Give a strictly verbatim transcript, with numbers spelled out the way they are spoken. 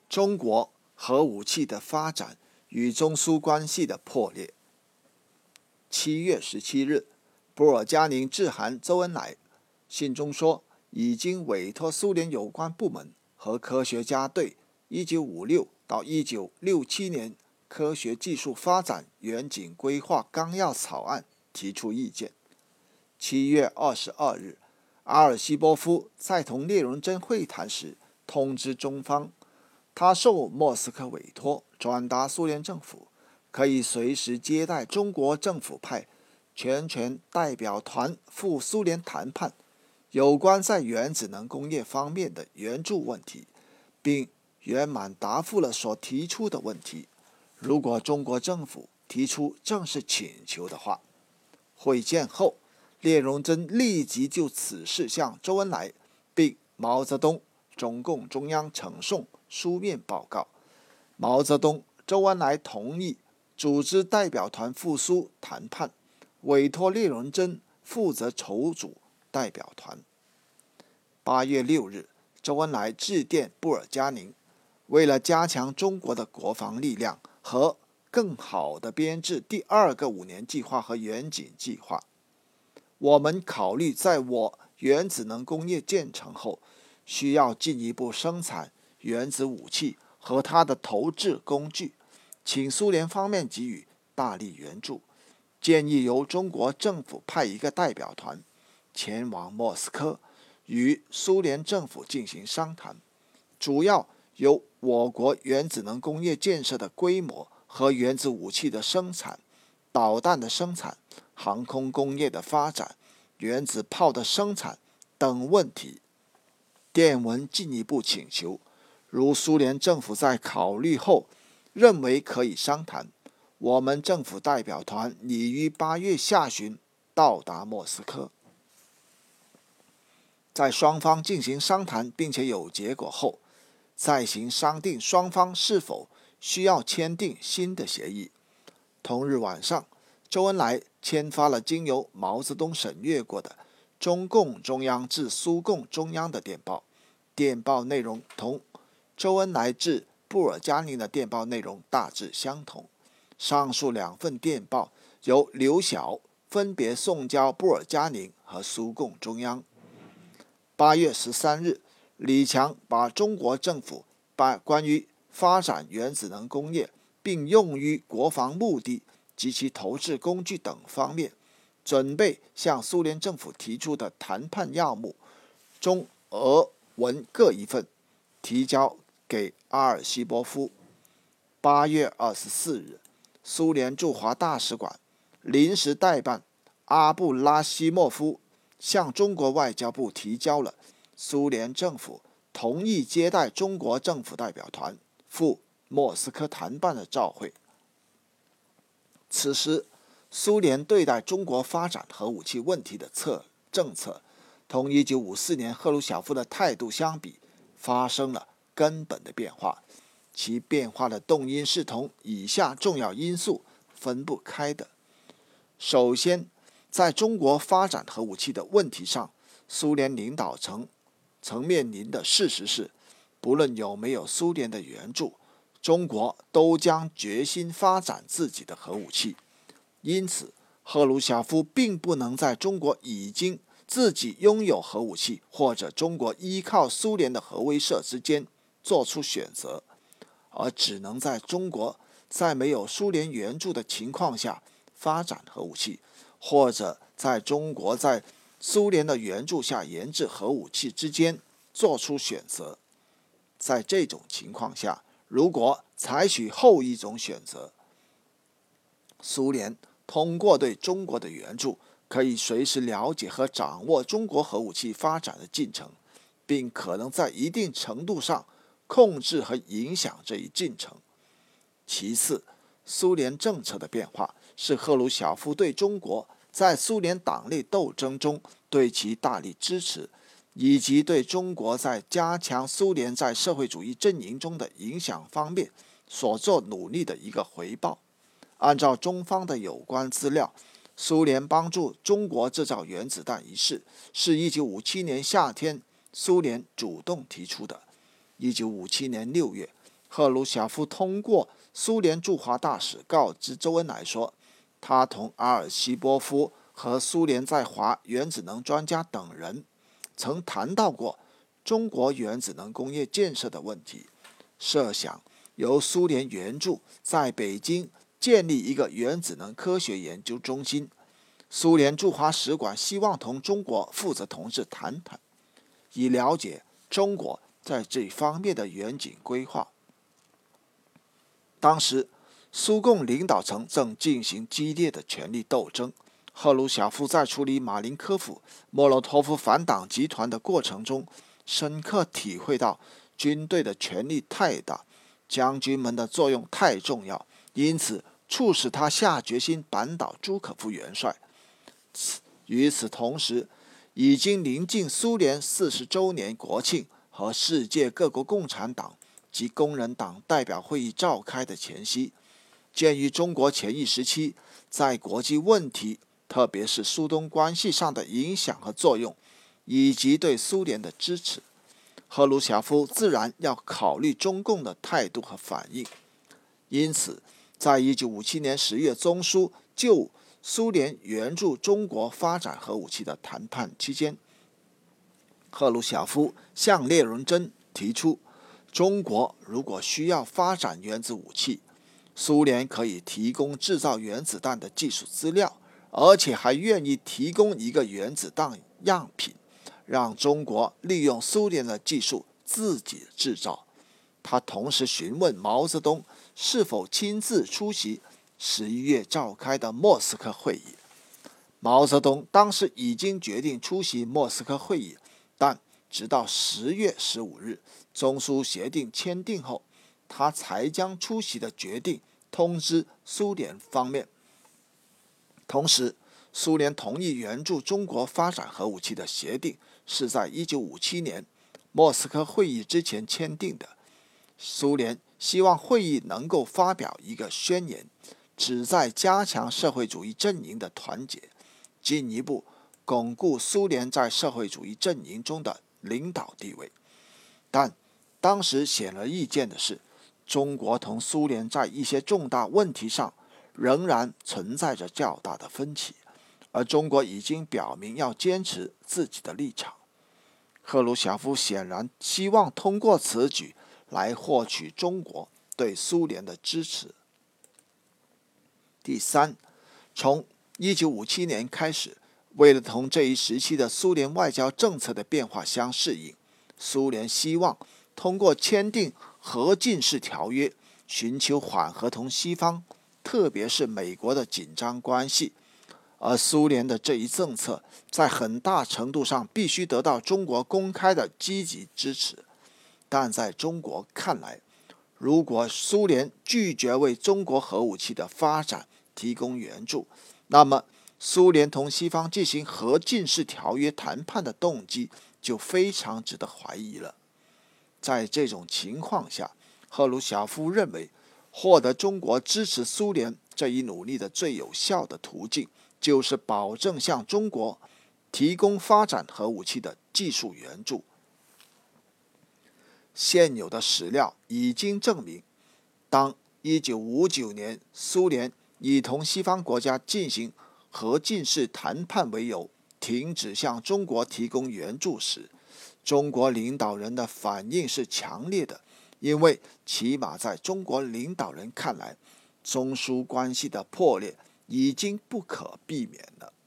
中国核武器的发展与中苏关系的破裂。七月十七日，布尔加宁致函周恩来，信中说已经委托苏联有关部门和科学家对一九五六到一九六七年科学技术发展远景规划纲要草案提出意见。七月二十二日，阿尔西波夫在同聂荣臻会谈时通知中方，他受莫斯科委托转达苏联政府，可以随时接待中国政府派全权代表团赴苏联谈判有关在原子能工业方面的援助问题，并圆满答复了所提出的问题。如果中国政府提出正式请求的话，会见后，聂荣臻立即就此事向周恩来并毛泽东、中共中央呈送书面报告。毛泽东、周恩来同意组织代表团赴苏谈判，委托聂荣臻负责筹组代表团。八月六日，周恩来致电布尔加宁，为了加强中国的国防力量和更好地编制第二个五年计划和远景计划，我们考虑在我原子能工业建成后，需要进一步生产原子武器和它的投掷工具，请苏联方面给予大力援助，建议由中国政府派一个代表团前往莫斯科，与苏联政府进行商谈，主要由我国原子能工业建设的规模和原子武器的生产、导弹的生产、航空工业的发展、原子炮的生产等问题。电文进一步请求，如苏联政府在考虑后认为可以商谈，我们政府代表团拟于八月下旬到达莫斯科。在双方进行商谈并且有结果后，再行商定双方是否需要签订新的协议。同日晚上，周恩来签发了经由毛泽东审阅过的中共中央致苏共中央的电报，电报内容同周恩来致布尔加宁的电报内容大致相同。上述两份电报由刘晓分别送交布尔加宁和苏共中央。八月十三日，李强把中国政府把关于发展原子能工业并用于国防目的及其投掷工具等方面准备向苏联政府提出的谈判要目中俄文各一份，提交给阿尔西波夫。八月二十四日，苏联驻华大使馆临时代办阿布拉西莫夫向中国外交部提交了苏联政府同意接待中国政府代表团赴莫斯科谈判的照会。此时，苏联对待中国发展核武器问题的策政策，同一九五四年赫鲁晓夫的态度相比，发生了根本的变化。其变化的动因是同以下重要因素分不开的。首先，在中国发展核武器的问题上，苏联领导层曾面临的事实是，不论有没有苏联的援助，中国都将决心发展自己的核武器。因此，赫鲁晓夫并不能在中国已经自己拥有核武器或者中国依靠苏联的核威慑之间做出选择，而只能在中国在没有苏联援助的情况下发展核武器，或者在中国在苏联的援助下研制核武器之间做出选择。在这种情况下，如果采取后一种选择，苏联通过对中国的援助，可以随时了解和掌握中国核武器发展的进程，并可能在一定程度上控制和影响这一进程。其次，苏联政策的变化是赫鲁晓夫对中国在苏联党内斗争中对其大力支持，以及对中国在加强苏联在社会主义阵营中的影响方面所做努力的一个回报。按照中方的有关资料，苏联帮助中国制造原子弹一事是一九五七年夏天苏联主动提出的。一九五七年六月， 赫鲁晓夫通过苏联驻华大使告知周恩来说，他同阿尔西波夫和苏联在华原子能专家等人曾谈到过中国原子能工业建设的问题，设想由苏联援助在北京建立一个原子能科学研究中心。苏联驻华使馆希望同中国负责同志谈谈，以了解中国在这方面的远景规划。当时苏共领导层正进行激烈的权力斗争，赫鲁晓夫在处理马林科夫、莫洛托夫反党集团的过程中，深刻体会到军队的权力太大，将军们的作用太重要，因此促使他下决心扳倒朱可夫元帅。与此同时，已经临近苏联四十周年国庆和世界各国共产党及工人党代表会议召开的前夕，鉴于中国前一时期在国际问题，特别是苏东关系上的影响和作用，以及对苏联的支持，赫鲁晓夫自然要考虑中共的态度和反应。因此，在一九五七年十月中苏就苏联援助中国发展核武器的谈判期间，赫鲁晓夫向列荣珍提出，中国如果需要发展原子武器，苏联可以提供制造原子弹的技术资料，而且还愿意提供一个原子弹样品，让中国利用苏联的技术自己制造。他同时询问毛泽东是否亲自出席十一月召开的莫斯科会议。毛泽东当时已经决定出席莫斯科会议，但直到十月十五日中苏协定签订后，他才将出席的决定通知苏联方面。同时，苏联同意援助中国发展核武器的协定是在一九五七年莫斯科会议之前签订的。苏联希望会议能够发表一个宣言，旨在加强社会主义阵营的团结，进一步巩固苏联在社会主义阵营中的领导地位。但当时显而易见的是，中国同苏联在一些重大问题上仍然存在着较大的分歧，而中国已经表明要坚持自己的立场。赫鲁晓夫显然希望通过此举来获取中国对苏联的支持。第三，从一九五七年开始，为了同这一时期的苏联外交政策的变化相适应，苏联希望通过签订核禁式条约，寻求缓和同西方，特别是美国的紧张关系。而苏联的这一政策在很大程度上必须得到中国公开的积极支持。但在中国看来，如果苏联拒绝为中国核武器的发展提供援助，那么苏联同西方进行核禁式条约谈判的动机就非常值得怀疑了。在这种情况下，赫鲁晓夫认为，获得中国支持苏联这一努力的最有效的途径，就是保证向中国提供发展核武器的技术援助。现有的史料已经证明，当一九五九年苏联以同西方国家进行核禁式谈判为由，停止向中国提供援助时，中国领导人的反应是强烈的，因为起码在中国领导人看来，中苏关系的破裂已经不可避免了。